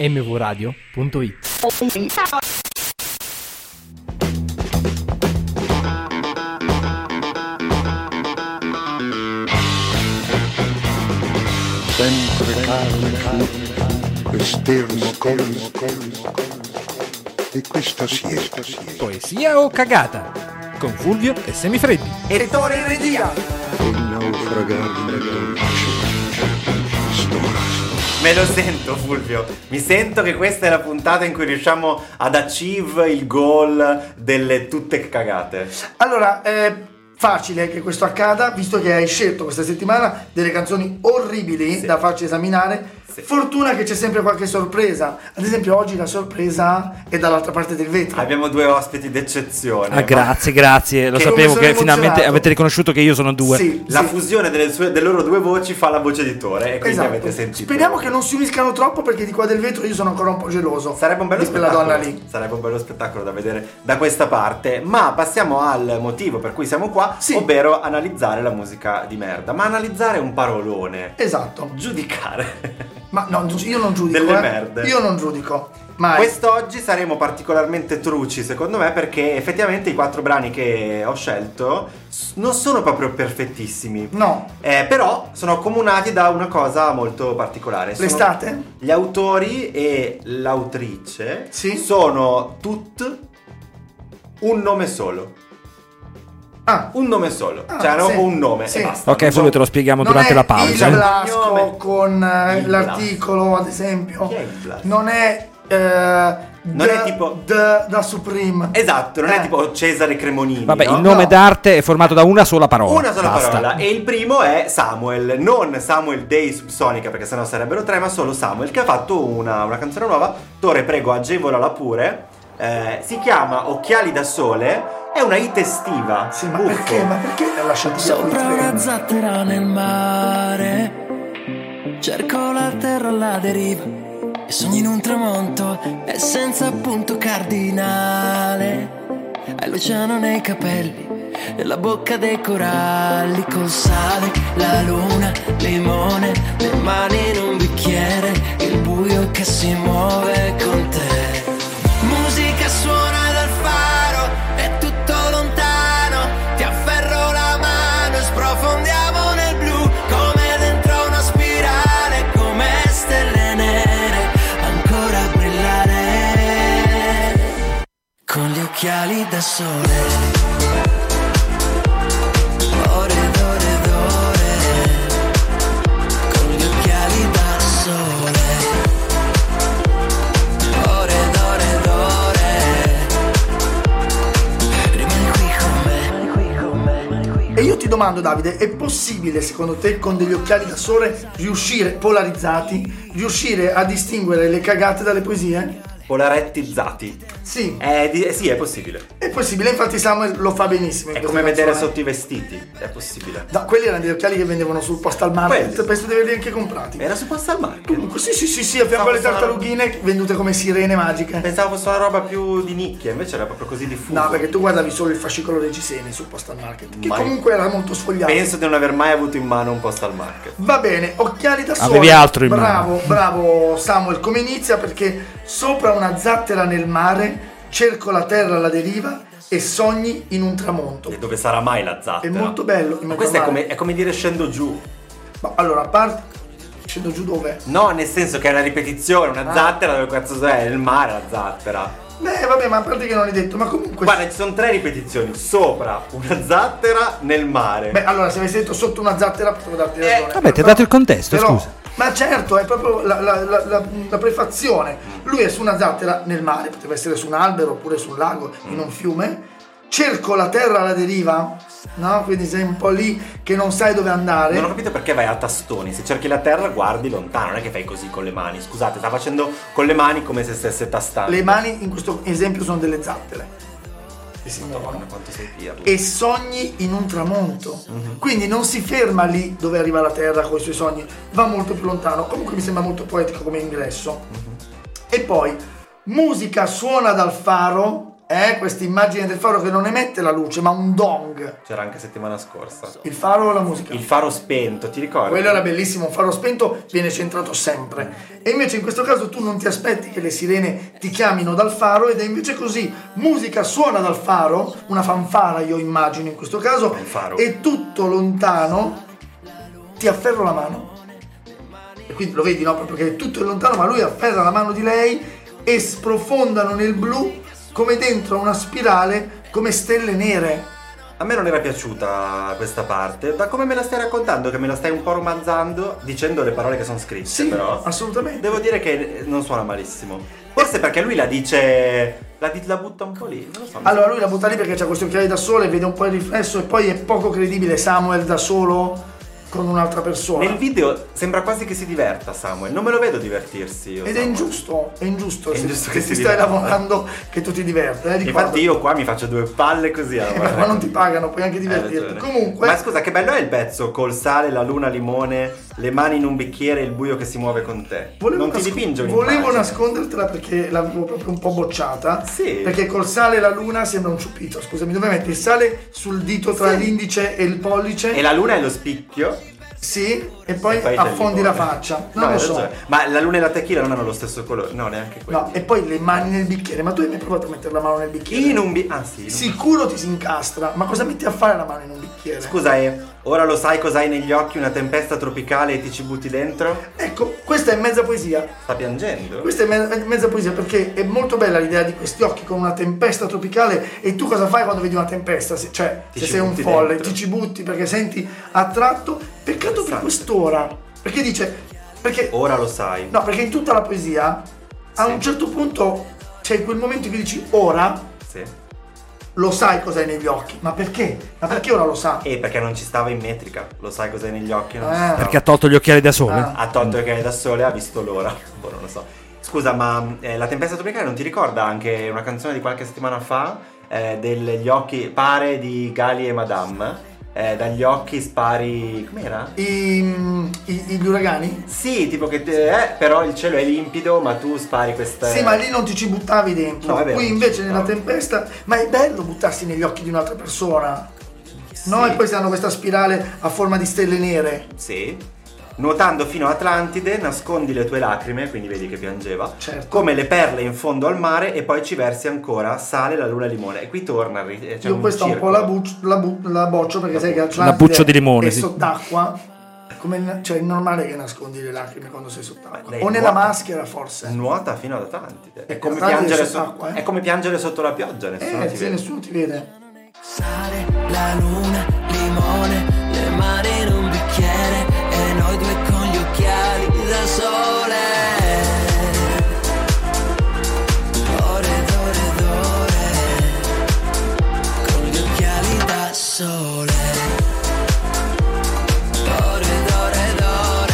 mvradio.it. Sempre calmo, quest'ermo colmo, e questa siesta. Poesia o cagata? Con Fulvio e Semifreddi. E Tore in regia. E naufragare nel Me lo sento, Fulvio. Mi sento che questa è la puntata in cui riusciamo ad achieve il goal delle tutte cagate. Allora, è facile che questo accada, visto che hai scelto questa settimana delle canzoni orribili da farci esaminare. Sì. Fortuna che c'è sempre qualche sorpresa. Ad esempio oggi la sorpresa è dall'altra parte del vetro. Abbiamo due ospiti d'eccezione. Ah, grazie. Lo sapevo che finalmente avete riconosciuto che io sono due. Sì, la fusione delle loro due voci fa la voce di Tore, e quindi avete sentito. Speriamo che non si uniscano troppo, perché di qua del vetro io sono ancora un po' geloso. Sarebbe un bello di quella donna lì. Sarebbe un bello spettacolo da vedere da questa parte. Ma passiamo al motivo per cui siamo qua, ovvero analizzare la musica di merda. Ma analizzare è un parolone. Esatto. Giudicare. Ma no, io non giudico. Delle merde. Io non giudico. Mai. Quest'oggi saremo particolarmente truci, secondo me, perché effettivamente i 4 brani che ho scelto non sono proprio perfettissimi. No. Però sono accomunati da una cosa molto particolare. L'estate? Gli autori e l'autrice sono un nome solo. Un nome solo, cioè hanno un nome e basta. Ok, Fulvio, te lo spieghiamo durante la pausa. Non è il Blasco con l'articolo, ad esempio. Chi è il Blasco? Non è tipo da Supreme. Esatto, non è tipo Cesare Cremonini. Vabbè, il nome d'arte è formato da una sola parola. Una sola parola. E il primo è Samuel. Non Samuel dei Subsonica, perché sennò sarebbero 3, ma solo Samuel, che ha fatto una canzone nuova. Tore, prego, agevolala pure. Si chiama Occhiali da Sole. È una hit estiva. Sì, ma perché? Ma perché l'ha lasciato sopra una zattera nel mare? Cerco la terra alla deriva e sogno in un tramonto e senza punto cardinale. Hai l'oceano nei capelli e la bocca dei coralli, col sale, la luna, limone, le mani in un bicchiere, il buio che si muove con te. Musica suona dal faro, è tutto lontano, ti afferro la mano e sprofondiamo nel blu, come dentro una spirale, come stelle nere, ancora a brillare, con gli occhiali da sole. E io ti domando, Davide, è possibile secondo te con degli occhiali da sole polarizzati, riuscire a distinguere le cagate dalle poesie? Polarettizzati. Sì. Sì, è possibile. È possibile, infatti Samuel lo fa benissimo. È come vedere sotto i vestiti, è possibile. No, quelli erano degli occhiali che vendevano sul Postal Market, penso di averli anche comprati. Era sul Postal Market? Comunque sì, a fianco alle tartarughine vendute come sirene magiche. Pensavo fosse una roba più di nicchia, invece era proprio così diffusa. No, perché tu guardavi solo il fascicolo Reggiseni sul Postal Market, che comunque era molto sfogliato. Penso di non aver mai avuto in mano un Postal Market. Va bene, occhiali da sole. Avevi altro in mano. Bravo Samuel, come inizia? Perché sopra una zattera nel mare cerco la terra alla deriva e sogni in un tramonto. E dove sarà mai la zattera? È molto bello. Ma questo è come dire scendo giù. Ma allora, a parte scendo giù dove? No, nel senso che è una ripetizione, una zattera dove cazzo è? Nel mare la zattera. Beh, vabbè, ma a parte che non hai detto, ma comunque... Guarda, ci sono 3 ripetizioni. Sopra una zattera nel mare. Beh, allora, se avessi detto sotto una zattera potevo darti ragione. Vabbè, ti ha dato il contesto, scusa. Ma certo, è proprio la prefazione. Lui è su una zattera nel mare, poteva essere su un albero oppure su un lago, in un fiume. Cerco la terra alla deriva, no? Quindi sei un po' lì che non sai dove andare. Non ho capito perché vai a tastoni. Se cerchi la terra guardi lontano, non è che fai così con le mani. Scusate, sta facendo con le mani come se stesse tastando. Le mani in questo esempio sono delle zattere. Madonna, quanto sei pirla. E sogni in un tramonto. Quindi non si ferma lì dove arriva la terra con i suoi sogni, va molto più lontano. Comunque mi sembra molto poetico come ingresso. E poi musica suona dal faro, questa immagine del faro che non emette la luce, ma un dong. C'era anche settimana scorsa. Il faro o la musica? Il faro spento, ti ricordi? Quello era bellissimo, un faro spento viene centrato sempre. E invece in questo caso tu non ti aspetti che le sirene ti chiamino dal faro, ed è invece così. Musica suona dal faro, una fanfara io immagino in questo caso, e tutto lontano ti afferro la mano. E quindi lo vedi, no? Proprio che tutto è lontano, ma lui afferra la mano di lei e sprofondano nel blu come dentro una spirale, come stelle nere. A me non era piaciuta questa parte, da come me la stai raccontando, che me la stai un po' romanzando, dicendo le parole che sono scritte, sì, però assolutamente. devo dire che non suona malissimo. Forse perché lui la dice, la butta un po' lì, non lo so. Allora lui la butta lì perché c'ha questi occhiali da sole, vede un po' il riflesso e poi è poco credibile Samuel da solo con un'altra persona. Nel video sembra quasi che si diverta Samuel, non me lo vedo divertirsi io. Ed Samuel. è ingiusto È ingiusto che si stai diverta. lavorando, che tu ti diverta. Infatti io qua mi faccio 2 palle così. Ma non ti pagano, puoi anche divertirti. Comunque. Ma scusa, che bello è il pezzo col sale, la luna, limone, le mani in un bicchiere e il buio che si muove con te. Non ti dipinge un'immagine. Volevo nascondertela perché l'avevo proprio un po' bocciata. Sì. Perché col sale e la luna sembra un ciuppito. Scusami, dove metti il sale sul dito tra l'indice e il pollice? E la luna è lo spicchio. Sì, e poi affondi la faccia. Non lo so. Ma la luna e la tequila non hanno lo stesso colore. No, neanche quello. No, e poi le mani nel bicchiere. Ma tu hai mai provato a mettere la mano nel bicchiere? Sì. Sicuro ti si incastra. Ma cosa metti a fare la mano in un bicchiere? Scusa, ora lo sai cos'hai negli occhi? Una tempesta tropicale e ti ci butti dentro? Ecco, questa è mezza poesia. Sta piangendo? Questa è mezza poesia perché è molto bella l'idea di questi occhi con una tempesta tropicale. E tu cosa fai quando vedi una tempesta? Cioè, se sei un folle, dentro. ti ci butti perché senti attratto. Peccato per quest'ora. Perché dice... Perché ora lo sai. No, perché in tutta la poesia a un certo punto c'è quel momento in cui dici ora lo sai cos'hai negli occhi. Ma perché? Ma perché ora lo sa? Perché non ci stava in metrica. Lo sai cos'hai negli occhi? Non ci stava. Perché ha tolto gli occhiali da sole? Ha tolto gli occhiali da sole, ha visto l'ora. Non lo so. Scusa, ma la tempesta tropicale non ti ricorda anche una canzone di qualche settimana fa? Degli occhi, pare di Gali e Madame? Dagli occhi spari. Com'era? Gli uragani? Sì, tipo che però il cielo è limpido, ma tu spari queste. Sì, ma lì non ti ci buttavi dentro. No, è vero, qui invece nella tempesta. Ma è bello buttarsi negli occhi di un'altra persona. Sì. No? E poi si hanno questa spirale a forma di stelle nere. Sì. Nuotando fino a Atlantide nascondi le tue lacrime, quindi vedi che piangeva, certo, come le perle in fondo al mare, e poi ci versi ancora sale, la luna e limone. E qui torna. Io questa un po' la boccio perché sai che Atlantide la buccio di limone, è sì, sott'acqua. Cioè è normale che nascondi le lacrime quando sei sott'acqua. O nella maschera forse. Nuota fino ad Atlantide. È come Atlantide piangere è come piangere sotto la pioggia, nessuno ti vede. Nessuno ti vede. Sale, la luna, limone, le mani in un bicchiere e noi due con gli occhiali da sole. Ore ed ore ed ore con gli occhiali da sole. Ore ed ore ed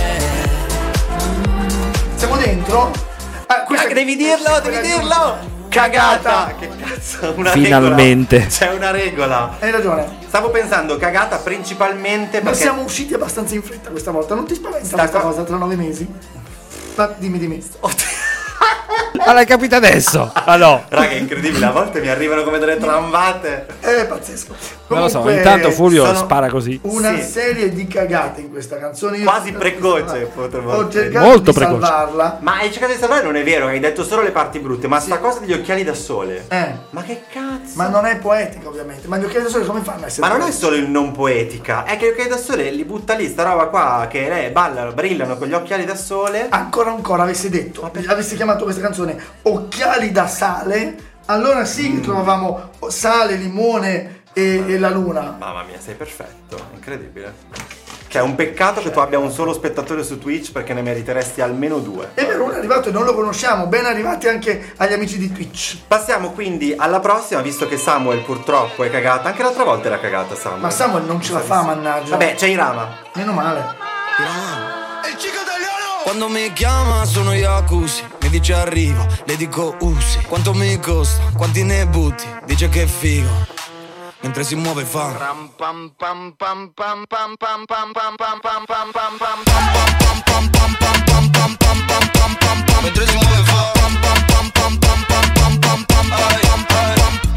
ore. Siamo dentro? Devi dirlo! Cagata! Che cazzo? Finalmente. Regola. C'è una regola. Hai ragione. Stavo pensando cagata principalmente Ma perché siamo usciti abbastanza in fretta questa volta. Non ti spaventa questa cosa tra 9 mesi? Ma dimmi. Ma l'hai capito adesso? Ah no. Raga, è incredibile, a volte mi arrivano come delle tramvate. È pazzesco. Non lo so, Comunque, intanto Fulvio spara così. Una Sì. serie di cagate in questa canzone. Io Quasi precoce, potremmo ho dire. cercato Molto di precoce. salvarla. Ma hai cercato di salvare, non è vero, hai detto solo le parti brutte, ma sta cosa degli occhiali da sole. Ma che cazzo? Ma non è poetica ovviamente. Ma gli occhiali da sole come fanno a essere Ma non è poetici? solo il non poetica, è che gli occhiali da sole li butta lì, sta roba qua che lei ballano, brillano con gli occhiali da sole. Ancora avessi detto, avessi chiamato questa canzone Occhiali da sale, allora sì che trovavamo sale, limone e la luna. Mamma mia, sei perfetto, incredibile. Cioè, è un peccato che tu abbia un solo spettatore su Twitch, perché ne meriteresti almeno 2. È vero, uno è arrivato e non lo conosciamo. Ben arrivati anche agli amici di Twitch. Passiamo quindi alla prossima, visto che Samuel purtroppo è cagata. Anche l'altra volta era cagata Samuel. Ma Samuel non ce la fa, mannaggia. Vabbè, c'è Irama. Meno male. Il chico italiano! Quando mi chiama sono Yakuzi, mi dice arrivo, le dico usi. Quanto mi costa, quanti ne butti, dice che è figo. Mentre si muove fa mentre si muove fa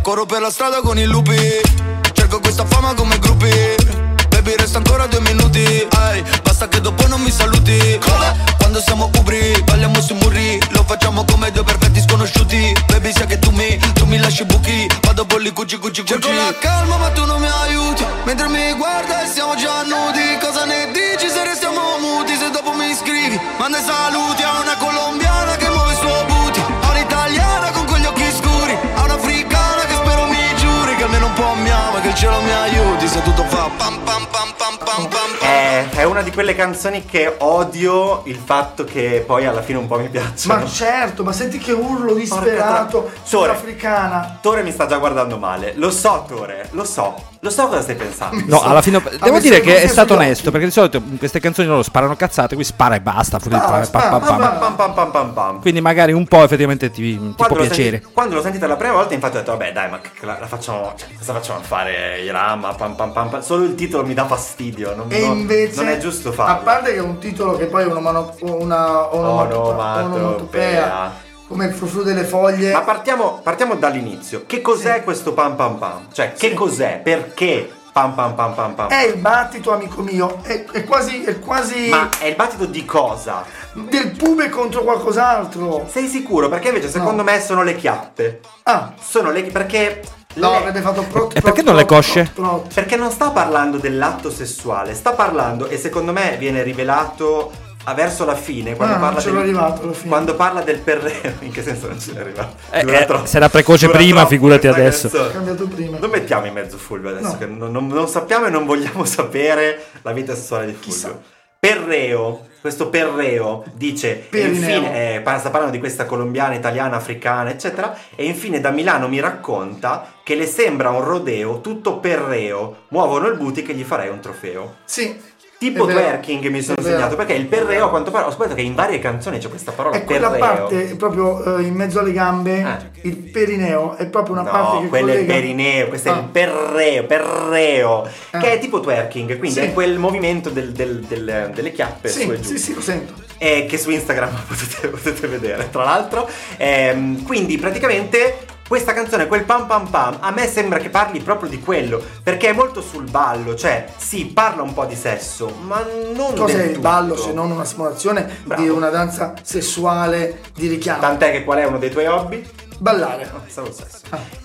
Corro per la strada con i lupi, cerco questa fama come gruppi. Baby resta ancora 2 minuti, ehi, basta che dopo non mi saluti. Quando siamo ubri, balliamo sui muri, lo facciamo come 2 perfetti sconosciuti. Baby sai che tu mi lasci buchi, vado polli cuci. Cerco la calma ma tu non mi aiuti, mentre mi guarda e siamo già nudi. Cosa ne dici se restiamo muti, se dopo mi scrivi? Manda i saluti a una colombiana che muove il suo booty, a un'italiana con quegli occhi scuri, a un'africana che spero mi giuri che almeno un po' mi ama, che il cielo mi aiuti se tutto fa pam pam pam pam pam pam. È una di quelle canzoni che odio il fatto che poi alla fine un po' mi piacciono. Ma certo, ma senti che urlo disperato sull'africana. Tore mi sta già guardando male. Lo so, Tore, lo so cosa stai pensando. No, alla fine devo dire che è stato onesto, perché di solito in queste canzoni loro sparano cazzate, qui spara e basta. Quindi magari un po' effettivamente ti può piacere. Quando l'ho sentita la prima volta, infatti ho detto vabbè dai, ma la facciamo, cioè, cosa facciamo a fare Irama, pam pam pam. Solo il titolo mi dà fastidio, invece, non è giusto farlo. A parte che è un titolo che poi è onomatopea, come il frufru delle foglie. Ma partiamo dall'inizio. Che cos'è questo pam pam pam? Cioè, che cos'è? Perché pam pam pam pam pam? È il battito, amico mio. È quasi. Ma è il battito di cosa? Del pube contro qualcos'altro. Sei sicuro? Perché invece secondo me sono le chiappe. Sono le perché. No, avrebbe fatto e perché non le cosce? Perché non sta parlando dell'atto sessuale, sta parlando, e secondo me viene rivelato verso la fine, quando quando parla del perreo. In che senso non ce l'è arrivato? Se era precoce prima, figurati adesso. È cambiato prima. Non mettiamo in mezzo Fulvio adesso, che non sappiamo e non vogliamo sapere la vita sessuale di Fulvio. Chissà. Perreo, questo perreo dice, e infine sta parlando di questa colombiana, italiana, africana, eccetera, e infine da Milano mi racconta che le sembra un rodeo, tutto perreo, muovono il booty che gli farei un trofeo. Sì. Tipo twerking mi sono insegnato, perché il perreo, a quanto pare, ho scoperto che in varie canzoni c'è questa parola, è quella perreo. parte proprio in mezzo alle gambe, il perineo è proprio una parte che quello collega. è il perineo, questo è il perreo, che è tipo twerking, quindi è quel movimento delle chiappe su e giù. Sì, lo sento. Che su Instagram potete vedere, tra l'altro. Quindi praticamente questa canzone, quel pam pam pam, a me sembra che parli proprio di quello, perché è molto sul ballo, cioè sì, parla un po' di sesso, ma non cos'è del il tutto. Ballo se non una simulazione di una danza sessuale di richiamo? Tant'è che qual è uno dei tuoi hobby? Ballare. Stavo sesso.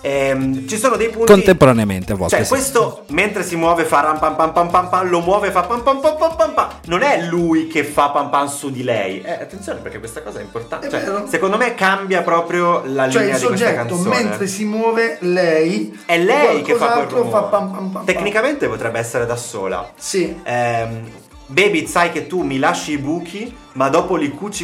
Ci sono dei punti contemporaneamente a volte. Cioè questo mentre si muove fa ram pam pam pam pam pam, lo muove fa pam pam pam pam pam pam. Non è lui che fa pam pam su di lei. Attenzione, perché questa cosa è importante. Cioè, secondo me cambia proprio la linea di questa canzone. Il soggetto mentre si muove lei, è lei che fa quel rumore. Fa pam pam pam. Tecnicamente potrebbe essere da sola. Sì. Baby, sai che tu mi lasci i buchi, ma dopo li cuci.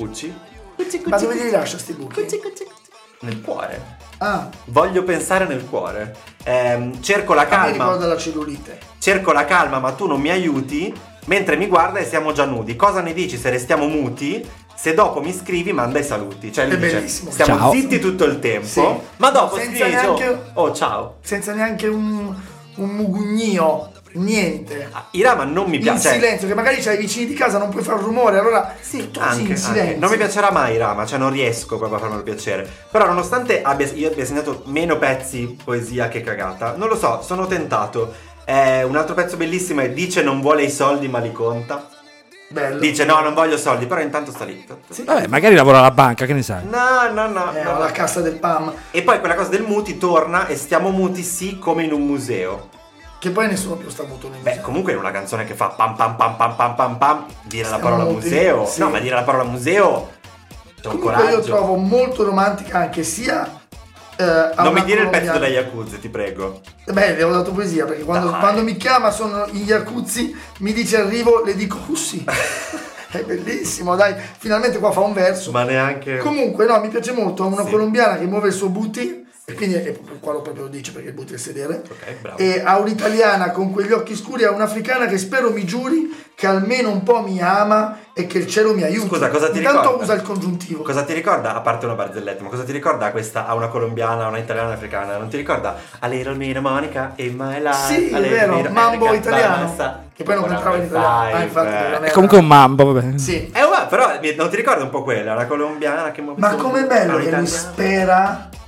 Ma dove li lascia sti buchi? Nel cuore. Voglio pensare nel cuore. Cerco la calma. Mi ricorda la cellulite. Cerco la calma, ma tu non mi aiuti. Mentre mi guarda e siamo già nudi. Cosa ne dici se restiamo muti? Se dopo mi scrivi, manda i saluti. Cioè, lui dice, stiamo ciao. zitti tutto il tempo. Sì. Ma dopo senza scrivi, neanche, ciao. Senza neanche un mugugnio. Niente. Irama non mi piace. In silenzio, che magari c'hai i vicini di casa, non puoi far rumore, allora anche in silenzio. Non mi piacerà mai Irama, cioè non riesco proprio a farmelo piacere. Però nonostante io abbia segnato meno pezzi poesia che cagata, non lo so, sono tentato. Un altro pezzo bellissimo è Dice non vuole i soldi ma li conta. Bello. Dice no, non voglio soldi, però intanto sta lì. Vabbè, magari lavora alla banca, che ne sai? No. La cassa del PAM. E poi quella cosa del muti torna e stiamo muti sì come in un museo. Che poi nessuno più sta muto nel museo. Comunque è una canzone che fa pam pam pam pam pam pam pam. Dire la parola museo. Sì. No, ma dire la parola museo c'è un comunque coraggio. Io trovo molto romantica anche sia non mi dire il pezzo della Yakuza, ti prego. Le ho dato poesia, perché quando mi chiama sono gli Yakuzi, mi dice arrivo, le dico sì. È bellissimo, dai, finalmente qua fa un verso. Ma neanche. Comunque no, mi piace molto, una colombiana che muove il suo booty. E quindi qua lo proprio dice, perché il booty è il sedere. Ok, bravo. E a un'italiana con quegli occhi scuri, a un'africana che spero mi giuri che almeno un po' mi ama e che il cielo mi aiuti. Scusa, cosa ti Intanto ricorda? usa il congiuntivo. Cosa ti ricorda, a parte una barzelletta, ma cosa ti ricorda questa a una colombiana, a una italiana, un'africana? Non ti ricorda A Little Mina Monica in my life? Sì, è vero, mambo italiano. Che poi non cantava in italiano. Infatti, è comunque un mambo, vabbè. Sì. Però non ti ricorda un po' quella, una colombiana che muove. Ma com'è bello che lui spera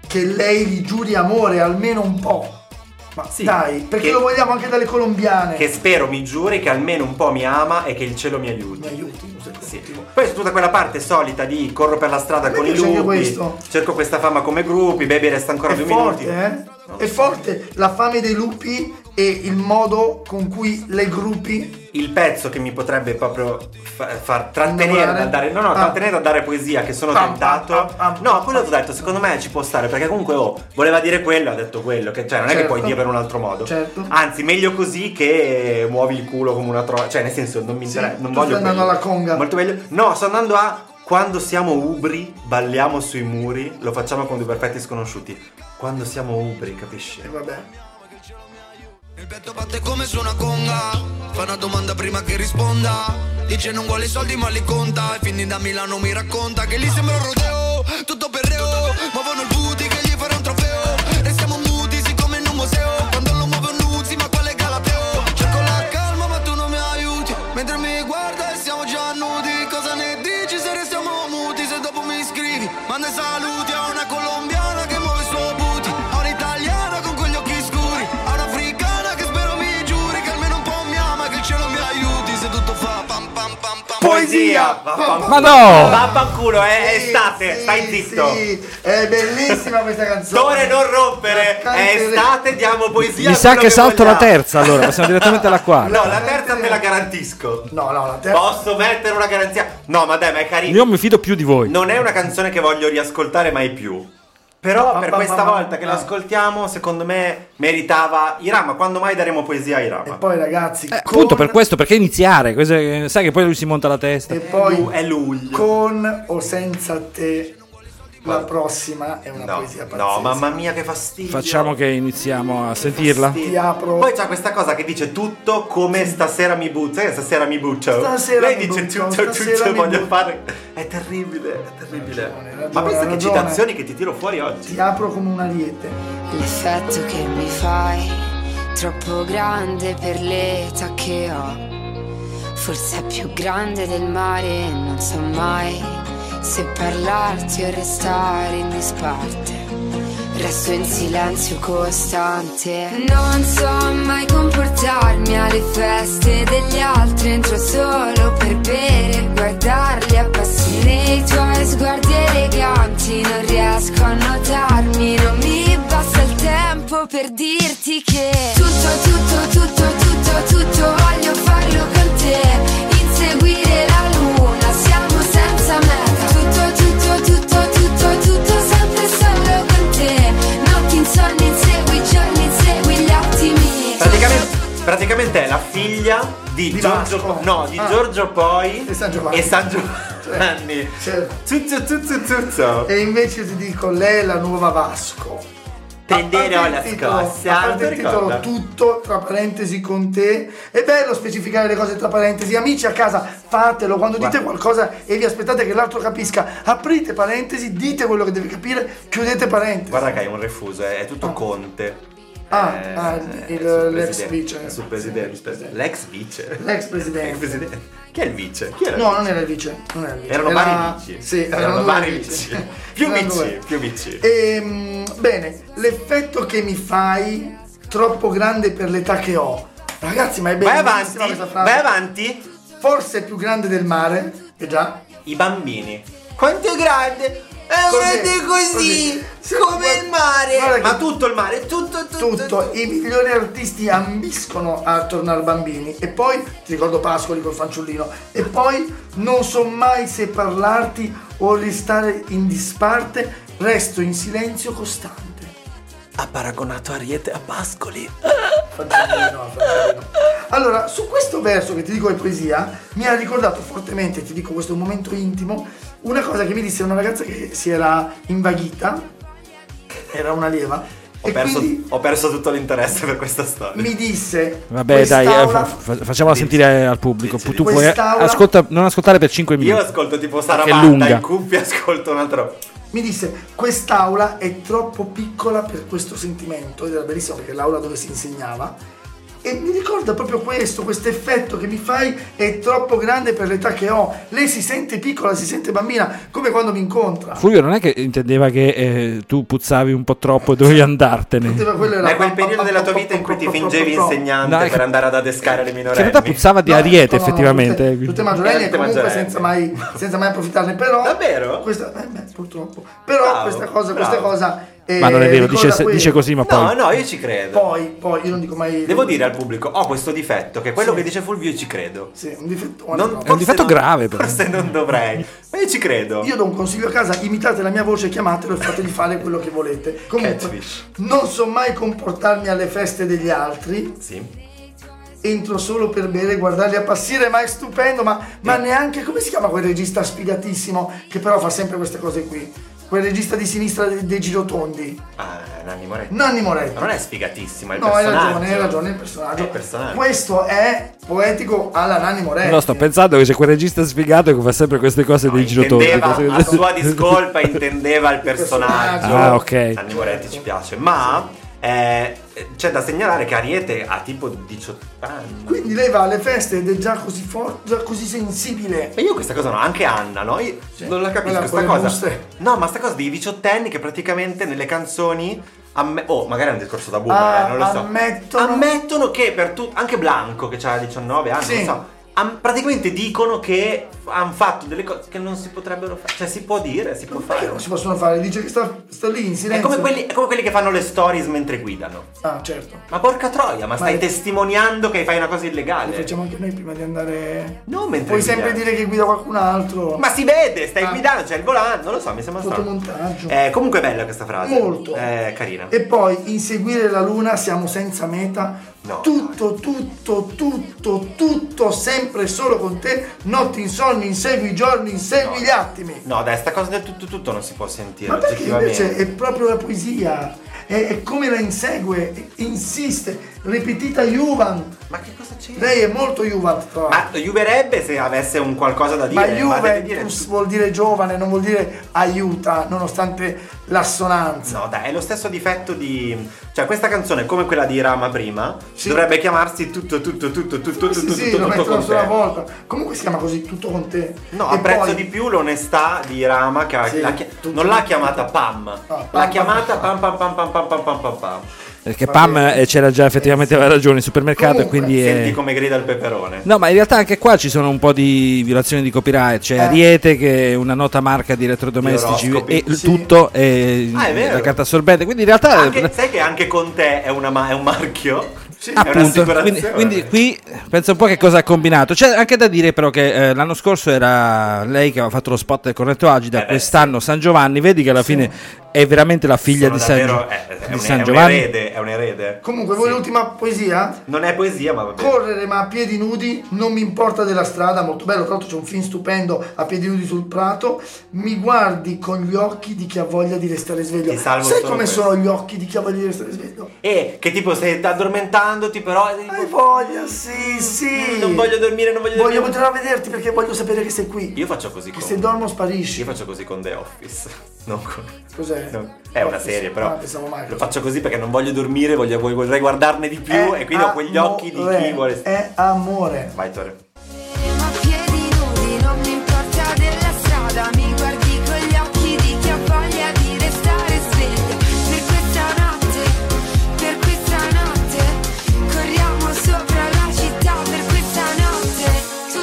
che lei gli giuri amore almeno un po'. Ma Sì, dai, perché che- lo vogliamo anche dalle colombiane. Che spero mi giuri che almeno un po' mi ama e che il cielo mi aiuti. Mi aiuti, lo sai, Sì. ottimo. Poi c'è tutta quella parte solita di corro per la strada A me con i piace anche lupi, questo. cerco questa fama come gruppi, baby resta ancora È 2 forte, minuti. È forte la fame dei lupi e il modo con cui le gruppi. Il pezzo che mi potrebbe proprio far trattenere Innamorare? dal dare, no, Ah. trattenere dal dare poesia, che sono Pam, tentato. pam, pam, pam, No, quello ho detto, secondo me ci può stare, perché comunque voleva dire quello, ha detto quello, che cioè non è che Certo. puoi dirlo in un altro modo. Certo. Anzi, meglio così che muovi il culo come una trova, cioè nel senso non mi Sì, interessa, non tu voglio stai andando quello. alla conga. Molto meglio. No, sto andando a quando siamo ubri, balliamo sui muri, lo facciamo con due perfetti sconosciuti. Quando siamo ubri, capisci? E vabbè. Il petto batte come su una conga. Fa una domanda prima che risponda. Dice non vuole i soldi ma li conta. E fini da Milano mi racconta che lì sembra un rodeo. Tutto per reo. Muovono il booty che gli farà un trofeo. Restiamo muti siccome in un museo. Quando lo muovo nuzzi ma quale Galateo. Cerco la calma ma tu non mi aiuti. Mentre mi guarda e siamo già nudi. Cosa ne dici se restiamo muti? Se dopo mi scrivi manda i saluti a una colombiana che muove il suo booty. A un'italiana con quegli occhi scuri. A un'africana che spero mi giuri che almeno un po' mi ama, che il cielo mi aiuti. Se tutto fa pam pam pam pam. Poesia! Ma no! Vaffanculo, è Sì, estate, sì, stai zitto. Sì, è bellissima questa canzone. Tore, non rompere, Ma è estate, diamo poesia. Mi sa quello che salto la vogliamo. terza, allora passiamo direttamente alla quarta. No, la terza te la garantisco. No, la terza. Posso mettere una garanzia? No, ma dai, ma è carino. Io mi fido più di voi. Non è una canzone che voglio riascoltare mai più. Però per questa volta che ah. l'ascoltiamo, secondo me meritava Irama. Quando mai daremo poesia a E Irama? poi ragazzi, Appunto per questo, perché iniziare? Sai che poi lui si monta la testa. E poi È luglio. con o senza te la prossima è una poesia pazzesca. No, mamma mia che fastidio. Facciamo che iniziamo a sentirla. Ti apro. Poi c'è questa cosa che dice tutto come stasera mi butto. Sai che stasera mi butto? Stasera Lei mi dice butto, tutto, stasera mi voglio butto. fare. È terribile, è terribile. ragione, Ma pensa hai che ragione. citazioni che ti tiro fuori oggi. Ti apro come un ariete. L'effetto che mi fai, troppo grande per l'età che ho. Forse è più grande del mare, non so mai se parlarti o restare in disparte. Resto in silenzio costante. Non so mai comportarmi alle feste degli altri. Entro solo per bere e guardarli appassire. Nei tuoi sguardi eleganti non riesco a notarmi. Non mi basta il tempo per dirti che tutto voglio farlo con te. Inseguire la luna, siamo senza meta. Tutto sempre solo con te. Notti insonni, insegui i giorni, insegui gli attimi. Praticamente è la figlia di Giorgio Vasco. di Ah. Giorgio Poi E San Giovanni. e San Giovanni. Certo. Zuzzo. E invece ti dico, lei è la nuova Vasco. Tenderò la A scossa. parte il titolo, tutto tra parentesi con te. È bello specificare le cose tra parentesi. Amici a casa, fatelo. Quando dite qualcosa e vi aspettate che l'altro capisca, aprite parentesi, dite quello che deve capire, chiudete parentesi. Guarda che hai un refuso, è tutto Conte. L'ex vice. Sul presidente. L'ex vice. L'ex presidente. Chi è il vice? Chi era? No, non era il vice. Non era il vice. Erano vari vici. Sì, erano due vari vici. vici. Più Erano vici, due. più vici. Bene, l'effetto che mi fai troppo grande per l'età che ho. Ragazzi, ma è Vai bellissima avanti, questa frase. vai avanti. Forse è più grande del mare, che già. I bambini. Quanto è grande? È grande così, Sì, come il mare. guarda Ma che- tutto il mare, tutto. I migliori artisti ambiscono a tornare bambini. E poi, ti ricordo Pascoli col fanciullino. E poi, non so mai se parlarti o restare in disparte, resto in silenzio costante. Ha paragonato Ariete a Pascoli. Fanciullino. Allora, su questo verso che ti dico è poesia, mi ha ricordato fortemente, ti dico questo è un momento intimo, una cosa che mi disse una ragazza che si era invaghita, era una lieva, e quindi Ho perso tutto l'interesse per questa storia. mi disse Vabbè, dai, quest'aula- facciamola sentire al pubblico. Sì, sì. Tu puoi Quest'aula- non ascoltare per 5 Io minuti. ascolto tipo Perché è Sarabanda lunga. in cuffia, ascolto un altro. mi disse quest'aula è troppo piccola per questo sentimento, ed era bellissimo perché l'aula dove si insegnava, E mi ricorda proprio questo effetto che mi fai è troppo grande per l'età che ho. Lei si sente piccola, si sente bambina, come quando mi incontra. Fulvio non è che intendeva che tu puzzavi un po' troppo e dovevi andartene. È quel periodo della tua vita in cui ti fingevi insegnante per andare ad adescare le minorenni. Che in realtà puzzava di ariete, effettivamente. Tutte maggiorenni e comunque senza mai approfittarne. Però davvero? Purtroppo. Però questa cosa ma non è vero, dice così, ma poi no, io ci credo. Poi io non dico mai. Devo dire al pubblico, ho questo difetto, che quello che dice Fulvio io ci credo. Sì, un difetto. È un difetto grave, però. Forse non dovrei, ma io ci credo. Io do un consiglio a casa: imitate la mia voce, chiamatelo e fategli fare quello che volete. Comunque, Catfish. non so mai comportarmi alle feste degli altri. Sì. Entro solo per bere, guardarli appassire, ma è stupendo. Ma neanche, come si chiama quel regista sfigatissimo che però fa sempre queste cose qui? Quel regista di sinistra dei girotondi. Nanni Moretti. Nanni Moretti. Ma non è sfigatissimo, è il No, personaggio. hai ragione, è il personaggio. È il personaggio. Questo è poetico alla Nanni Moretti. No, sto pensando che c'è quel regista sfigato che fa sempre queste cose dei girotori. Intendeva, a sua discolpa, intendeva il personaggio. Ah, ok. Nanni Moretti ci piace, ma c'è da segnalare che Ariete ha tipo 18 anni. Quindi lei va alle feste ed è già così forte, già così sensibile. E io questa cosa no, anche Anna, no? Io non la capisco questa cosa. Buste. No, ma sta cosa dei 18enni che praticamente nelle canzoni magari è un discorso da boomer, non lo so. Ammettono che per anche Blanco che ha 19 anni, sì. non so. Praticamente dicono che hanno fatto delle cose che non si potrebbero fare. Cioè si può dire, si può fare. Non si possono fare, dice che sta lì in silenzio. È come quelli che fanno le stories mentre guidano. Ah, certo. Ma porca troia, ma stai testimoniando che fai una cosa illegale. Lo facciamo anche noi prima di andare. Non mentre puoi guida. sempre dire che guida qualcun altro. Ma si vede, stai guidando, c'è il volante, non lo so, mi sembra strano. Fotomontaggio. Comunque è bella questa frase. Molto. Carina. E poi inseguire la luna, siamo senza meta. No, tutto, sempre solo con te. Notti insonni, insegui i giorni, insegui gli attimi. No, dai, sta cosa del tutto non si può sentire. Ma perché invece oggettivamente. è proprio la poesia. È come la insegue, insiste, ripetita Juvan. Ma che cosa c'è? Lei è molto Juvan, tra l'altro. Ma juverebbe se avesse un qualcosa da Ma dire. Juventus vuol dire giovane, non vuol dire aiuta, nonostante l'assonanza. No, dai, è lo stesso difetto di. Cioè, questa canzone, come quella di Rama prima, sì. dovrebbe chiamarsi tutto Sì, tutto lo metto con una sola te. volta. Comunque si chiama così, tutto con te. No, E apprezzo poi- di più l'onestà di Rama che Sì, non l'ha chiamata Pam, Pam, l'ha chiamata Pam. Perché Pam c'era già, effettivamente aveva ragione il supermercato. Comunque, e quindi Senti come grida il peperone. No, ma in realtà anche qua ci sono un po' di violazioni di copyright. C'è Ariete che è una nota marca di elettrodomestici Di oroscopi. e Sì. tutto è è vero. la carta assorbente. Quindi in realtà Sai che anche con te è un marchio? Sì, È appunto, un'assicurazione. quindi qui pensa un po' che cosa ha combinato. C'è anche da dire però che l'anno scorso era lei che aveva fatto lo spot del Cornetto Agida, quest'anno San Giovanni, vedi che alla fine è veramente la figlia Sono di San, davvero- di San Giovanni. È un erede. Comunque, voi l'ultima poesia? Non è poesia, ma va bene. Correre ma a piedi nudi, non mi importa della strada, molto bello, tra l'altro c'è un film stupendo, a piedi nudi sul prato, mi guardi con gli occhi di chi ha voglia di restare sveglio. Ti salvo Sai solo come questo. sono gli occhi di chi ha voglia di restare sveglio? E che tipo stai addormentandoti, però Hai voglia, sì. non voglio dormire, non voglio dormire. Voglio continuare a vederti perché voglio sapere che sei qui. Io faccio così Che con se dormo sparisci. Io faccio così con The Office. Non con... Cos'è? no, è una serie, però pensavo mai. lo faccio così perché non voglio dormire, vorrei guardarne di più e quindi ho quegli occhi di chi vuole. È amore. Vai Tore. Ma a piedi nudi, non mi importa della strada, mi guardi con gli occhi di chi ha voglia di restare sveglio. Per questa notte, corriamo sopra la città per questa notte.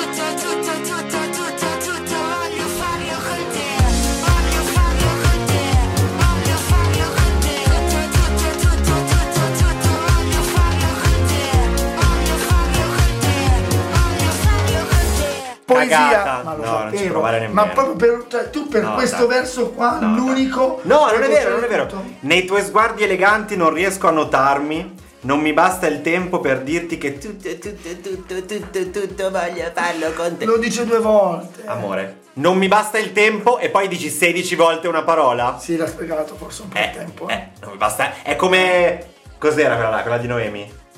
Tutto, voglio farlo con te, voglio farlo con te, voglio farlo con te. Tutto, voglio farlo con te, voglio farlo con te, voglio farlo con te. Poesia, Cagata. ma lo No, non ci sapevo. provare nemmeno. Ma proprio tu per No, questo dai. verso qua, No, l'unico. No, non è che vero, non è vero. tutto. Nei tuoi sguardi eleganti non riesco a notarmi. Non mi basta il tempo per dirti che tutto voglio farlo con te. Lo dice 2 volte. Amore, non mi basta il tempo e poi dici 16 volte una parola? Sì, l'ha spiegato forse un po' di tempo. Non mi basta. È come. Cos'era quella là, quella di Noemi?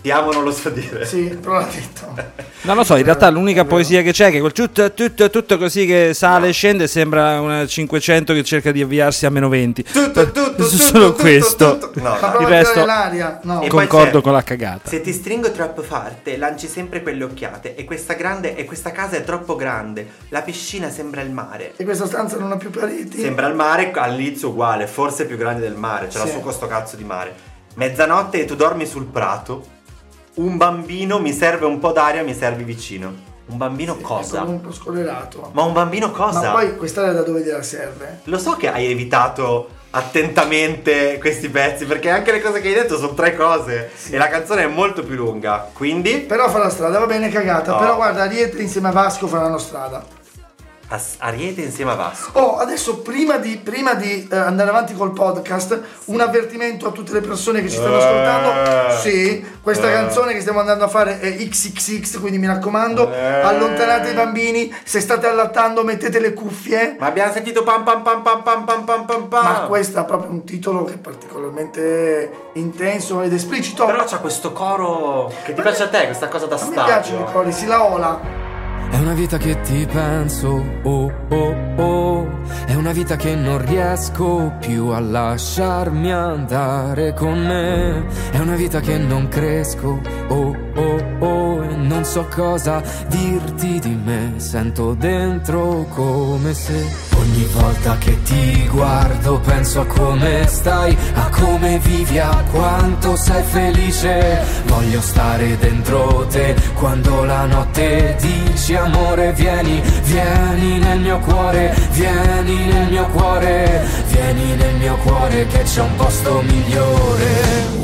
Ti amo, non lo so dire. Sì, però l'ha detto. Non lo so, in realtà l'unica poesia che c'è è che quel tutto così che sale e scende sembra una 500 che cerca di avviarsi a -20. Solo questo. No, Ma no. Il resto l'aria. No. E poi concordo c'è, con la cagata. se ti stringo troppo forte, lanci sempre quelle occhiate. E questa casa è troppo grande. La piscina sembra il mare. E questa stanza non ha più pareti. Sembra il mare, all'inizio uguale, forse più grande del mare. C'è la Sì. sua questo cazzo di mare. Mezzanotte e tu dormi sul prato. Un bambino, mi serve un po' d'aria, mi servi vicino. Un bambino È cosa? come un po' scolerato. Ma un bambino cosa? Ma poi quest'area da dove gliela serve? Lo so che hai evitato attentamente questi pezzi, perché anche le cose che hai detto sono 3 cose e la canzone è molto più lunga. Quindi Però fa la strada, va bene, cagata. Oh. Però guarda, Ariete insieme a Vasco faranno strada. Ariete insieme a Vasco. Oh, adesso prima di andare avanti col podcast, un avvertimento a tutte le persone che ci stanno ascoltando. Sì, questa canzone che stiamo andando a fare è XXX, quindi mi raccomando, allontanate i bambini, se state allattando mettete le cuffie. Ma abbiamo sentito pam pam pam pam pam pam pam pam pam. Ma questo ha proprio un titolo che è particolarmente intenso ed esplicito. Però c'ha questo coro che ti piace a te, questa cosa da Non mi piacciono i stadio. cori, si la ola. È una vita che ti penso, oh oh oh. È una vita che non riesco più a lasciarmi andare con me. È una vita che non cresco, oh oh oh. E non so cosa dirti di me. Sento dentro come se ogni volta che ti guardo penso a come stai, a come vivi, a quanto sei felice. Voglio stare dentro te quando la notte dici amore vieni, vieni nel mio cuore, vieni nel mio cuore, vieni nel mio cuore che c'è un posto migliore.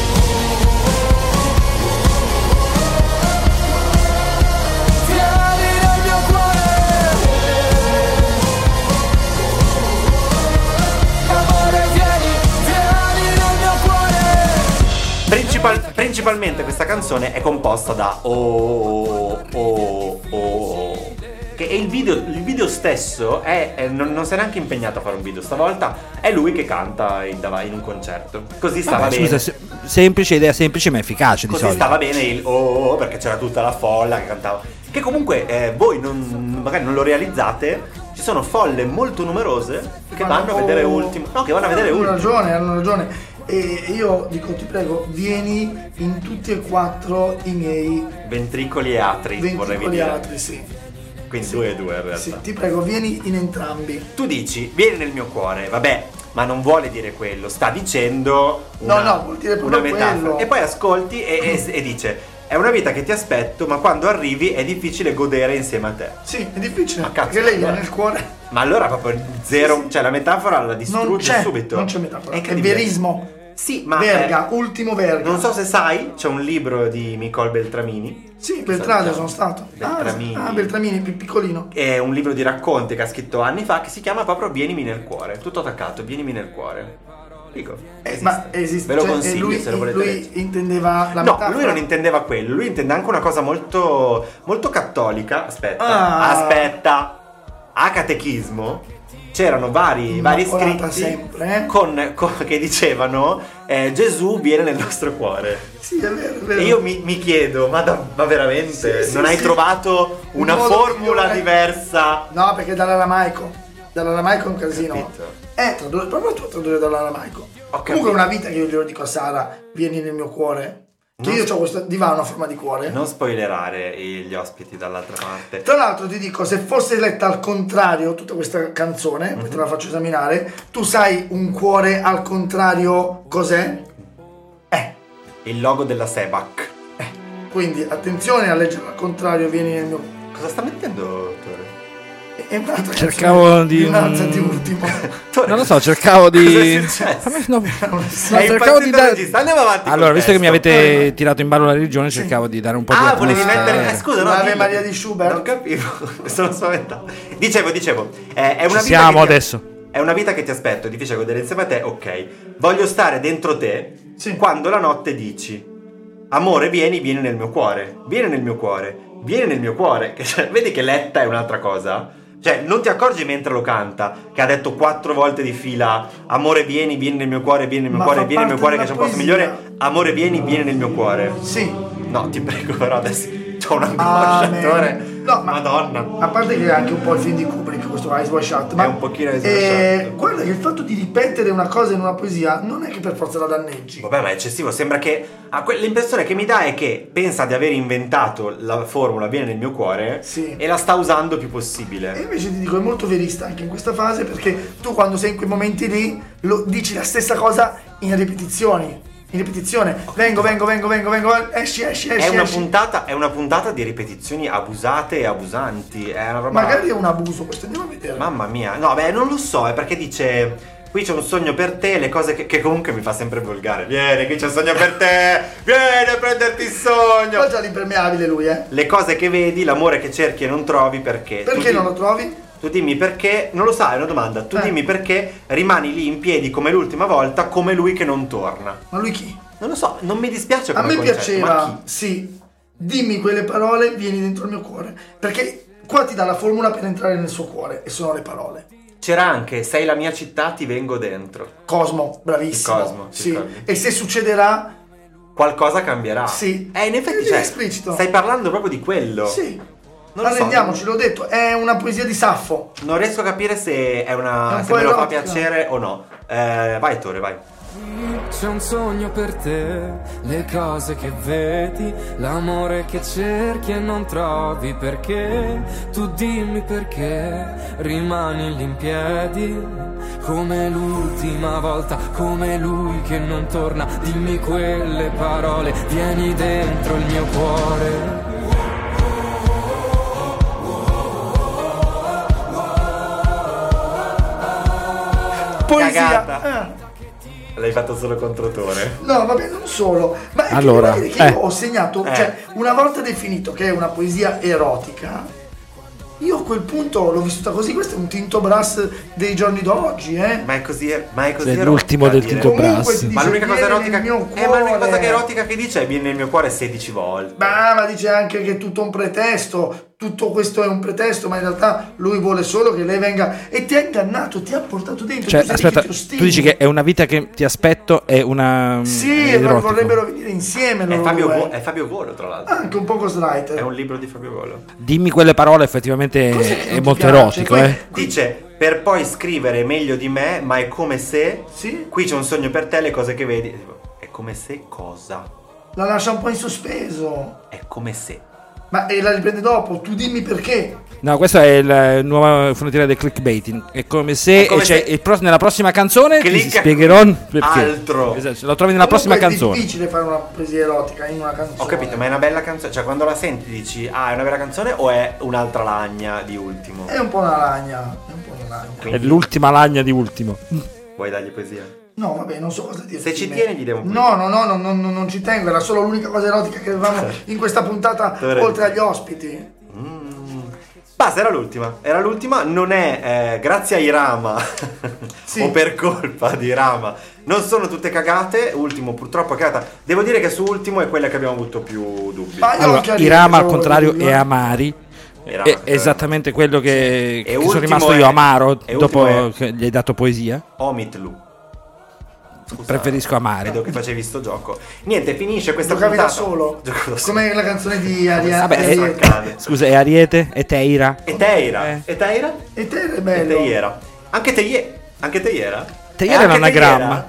Principalmente questa canzone è composta da oh. Che è il video stesso non si è neanche impegnato a fare un video stavolta, è lui che canta in un concerto. Così stava Vabbè, bene. scusa, semplice, idea semplice ma efficace di Così solito. stava bene il oh perché c'era tutta la folla che cantava. Che comunque voi magari non lo realizzate. Ci sono folle molto numerose che vanno a vedere Ultimo. No, che vanno a vedere Ultimo. Hanno ragione. E io dico, ti prego, vieni in tutti e 4 i miei Ventricoli e atri, vorrei ventricoli dire. altri, sì. Quindi 2 e 2 in realtà. Sì, ti prego, vieni in entrambi. Tu dici, vieni nel mio cuore, vabbè, ma non vuole dire quello, sta dicendo No, vuol dire proprio una metafora. quello. E poi ascolti e dice, è una vita che ti aspetto, ma quando arrivi è difficile godere insieme a te. Sì, è difficile, Ma cazzo, perché lei allora. ha nel cuore. Ma allora proprio zero, cioè la metafora la distrugge subito. Non c'è metafora, è incredibile. verismo. Sì, ma Verga, ultimo Verga. non so se sai, c'è un libro di Nicole Beltramini. Sì, Beltrade sono stato. Beltramini. Beltramini, piccolino. È un libro di racconti che ha scritto anni fa che si chiama proprio Vienimi nel cuore. Tutto attaccato, vienimi nel cuore. Dico, Ma esiste. Ve lo cioè, consiglio lui, se lo volete lui leggere. intendeva la No, metafora. lui non intendeva quello, lui intende anche una cosa molto, molto cattolica. Aspetta, a catechismo c'erano vari Immacolata scritti sempre, che dicevano Gesù viene nel nostro cuore. Sì, è vero, è vero. E io mi chiedo, ma veramente? Sì, non hai sì. trovato una Un modo formula migliore. diversa? No, perché dall'aramaico è un casino. Capito. Proprio tu tradurre dall'aramaico. Ho Comunque capito. è una vita che io glielo dico a Sara, vieni nel mio cuore. Che Non io s- ho questo divano a forma di cuore. Non spoilerare gli ospiti dall'altra parte. Tra l'altro ti dico, se fosse letta al contrario tutta questa canzone, poi te la faccio esaminare, tu sai un cuore al contrario cos'è? Il logo della Sebac. Quindi attenzione a leggere al contrario, vieni nel mio... Cosa sta mettendo, Tore? È un'altra Cercavo canzone di un'altra di ultimo. Tore, Non lo so, cercavo di. Cosa è successo? A me no, È cercavo di impazzito il dare. regista, andiamo avanti col Allora, visto che mi testo. avete tirato in ballo la religione, cercavo di dare un po' di volevi atmosfera. mettere... scusa, no, L'Ave dillo. Maria di Schubert. Non capivo, mi sono spaventato. Dicevo, è una vita Siamo che ti- adesso. È una vita che ti aspetto, è difficile godere insieme a te, ok. Voglio stare dentro te Sì. quando la notte dici amore vieni nel mio cuore, vieni nel mio cuore, vieni nel mio cuore. Vedi che letta è un'altra cosa, Cioè, non ti accorgi mentre lo canta che ha detto 4 volte di fila: amore vieni nel mio cuore, vieni nel mio cuore, vieni nel mio cuore che c'è un posto migliore. Amore vieni nel mio cuore. Sì. No, ti prego, però adesso c'ho un'angoscia, attore. No, ma Madonna. a parte che è anche un po' il film di Kubrick, questo Eyes Wide Shut, ma È un pochino Eyes Wide Shut. guarda che il fatto di ripetere una cosa in una poesia non è che per forza la danneggi. Vabbè, ma è eccessivo. Sembra che l'impressione che mi dà è che pensa di aver inventato la formula viene nel mio cuore, sì, e la sta usando il più E possibile. invece ti dico, è molto verista anche in questa fase, perché tu quando sei in quei momenti lì dici la stessa cosa in ripetizione. Vengo, esci. È una puntata di ripetizioni abusate e abusanti. È una roba. Magari è un abuso, questo andiamo a vedere. Mamma mia. No, beh, non lo so, è perché dice: qui c'è un sogno per te, le cose che comunque mi fa sempre volgare. Vieni, qui c'è un sogno per te. Vieni a prenderti il sogno. Poi già l'impermeabile lui, Le cose che vedi, l'amore che cerchi e non trovi, perché? Perché non lo trovi? Tu dimmi perché, non lo sai, è una domanda. Tu dimmi perché rimani lì in piedi come l'ultima volta, come lui che non torna. Ma lui chi? Non lo so, non mi dispiace come A me concetto, piaceva, ma chi? sì, dimmi quelle parole, vieni dentro il mio cuore. Perché qua ti dà la formula per entrare nel suo cuore, e sono le parole. C'era anche: sei la mia città, ti vengo dentro. Cosmo, bravissimo. Il Cosmo, sì. Cosmo. E se succederà, Qualcosa cambierà. sì. In effetti, È cioè, esplicito. stai parlando proprio di quello. Sì. Non lo so, Arrendiamoci, l'ho detto, è una poesia di Saffo. non riesco a capire se è una. È un se po' me lo fa erotica. piacere o no. Vai, Tore, vai. C'è un sogno per te, le cose che vedi, l'amore che cerchi e non trovi, perché tu dimmi perché rimani lì in piedi come l'ultima volta, come lui che non torna. Dimmi quelle parole, vieni dentro il mio cuore. Poesia. Cagata. L'hai fatto solo contro Tore? No, vabbè, non solo. Ma è Allora, che io ho segnato, cioè, una volta definito che è una poesia erotica, io a quel punto l'ho vissuta così. Questo è un Tinto Brass dei giorni d'oggi, Ma è così È erotica, l'ultimo del dire. Tinto Comunque Brass. ti dice, Ma l'unica cosa vieni erotica nel mio ma l'unica cosa cuore. che erotica che dice è vieni nel mio cuore 16 volte. Ma dice anche che è tutto un pretesto. Tutto questo è un pretesto, ma in realtà lui vuole solo che lei venga. E ti ha ingannato, ti ha portato dentro. Cioè, tu sei aspetta, che ti ostini. tu dici che è una vita che ti aspetto, è una. Sì, è erotico. vorrebbero venire insieme È loro due. è Fabio Volo, tra l'altro. Anche un po' È Ghostwriter. un libro di Fabio Volo. Dimmi quelle parole, effettivamente Cos'è che non è ti molto piace? erotico, Poi- Dice: per poi scrivere meglio di me, ma è come se. Sì. Qui c'è un sogno per te, le cose che vedi. È come se cosa? La lascia un po' in sospeso. È come se. Ma e la riprende dopo, tu dimmi perché. No, questa è la nuova frontiera del clickbaiting. È come se, È come cioè, se- nella prossima canzone ti Clicca spiegherò perché. altro. Esatto, lo trovi nella prossima Comunque canzone. È difficile fare una poesia erotica in una canzone. Ho capito, ma è una bella canzone. Cioè, quando la senti dici: ah, è una bella canzone o è un'altra lagna di Ultimo? È un po' una lagna. È un po' una lagna. È Quindi l'ultima lagna di Ultimo. vuoi dargli poesia? No, vabbè, non so cosa dire. Se ci tieni, gli diamo un No, non ci tengo. Era solo l'unica cosa erotica che avevamo in questa puntata, Dovrei oltre dire. agli ospiti. Basta, era l'ultima, non è grazie a Irama Sì. o per colpa di Irama, non sono tutte cagate. Ultimo purtroppo è cagata. Devo dire che su Ultimo è quella che abbiamo avuto più dubbi. Ma io Allora, anche a Irama al dire, contrario devo è dire. Amari. Irama, È esattamente quello che sono Ultimo rimasto è- io amaro e dopo Ultimo è- che gli hai dato poesia. Omit Lu. Scusa, Preferisco Amari. Vedo che facevi sto gioco. Niente, finisce questa Giocavi da puntata. solo. Gioco da solo. Come la canzone di Ariana. Vabbè, Adesso accade. scusa, è Ariete? È Teira? E Teira? Eh. E Teira? E te è E bello. Teiera. Anche Teiera? Teiera era un anagramma.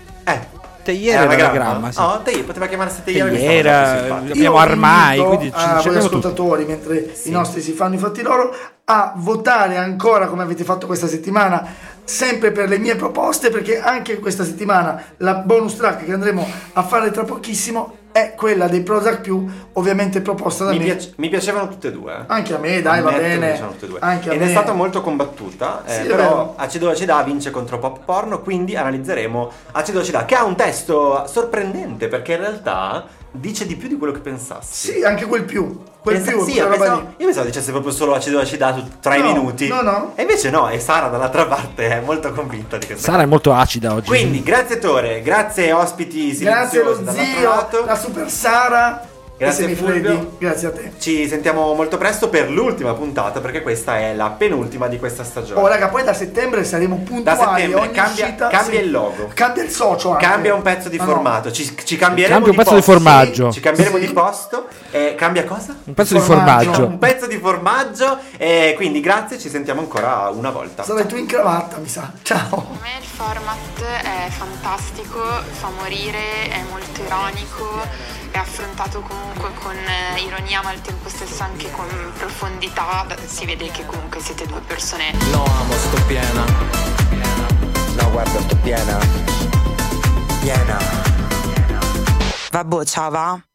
Era Teiera era un anagramma, sì. Oh, Teiera, poteva chiamarsi Teiera. Teiera, Io abbiamo vi Armai, invito quindi ci a voi scegliamo tutti. ascoltatori, mentre i nostri si fanno i fatti loro, a votare ancora come avete fatto questa settimana, sempre per le mie proposte, perché anche questa settimana la bonus track che andremo a fare tra pochissimo è quella dei Prozac più, ovviamente proposta da me. mi piacevano tutte e due. Anche a me, dai, va Ammetto che mi bene. piacevano tutte e due. Anche a Ed me. è stata molto combattuta, Sì, è però vero. Acido Acida vince contro Pop Porno, quindi analizzeremo Acido Acida, che ha un testo sorprendente, perché in realtà dice di più di quello che pensassi. Sì, anche quel più. Quel più, Sì, quella roba pensavo- lì. io pensavo dicesse proprio solo Acido Acida su 3 No, minuti. no. E invece no, e Sara dall'altra parte è molto convinta di questa Sara è molto acida oggi. Quindi, grazie Tore, grazie ospiti Grazie silenziosi lo dall'altro zio, lato. la super Sara. Grazie Fulvio. Grazie a te. Ci sentiamo molto presto per l'ultima puntata, perché questa è la penultima di questa stagione. Oh raga, poi da settembre saremo puntuali. Da settembre ogni uscita, cambia il logo, cambia il socio anche. Cambia un pezzo di formato. Ci cambieremo Cambia un pezzo posto. di formaggio. Ci cambieremo di posto. Cambia cosa? Un pezzo di formaggio. Un pezzo di formaggio. Quindi grazie, ci sentiamo ancora una volta. Sarai tu in cravatta, mi sa. Ciao. Per me il format è fantastico, fa morire, è molto ironico, è affrontato comunque con ironia ma al tempo stesso anche con profondità. Si vede che comunque siete due persone. No amo, sto piena. No guarda, sto piena. Piena. Vabbè, ciao va.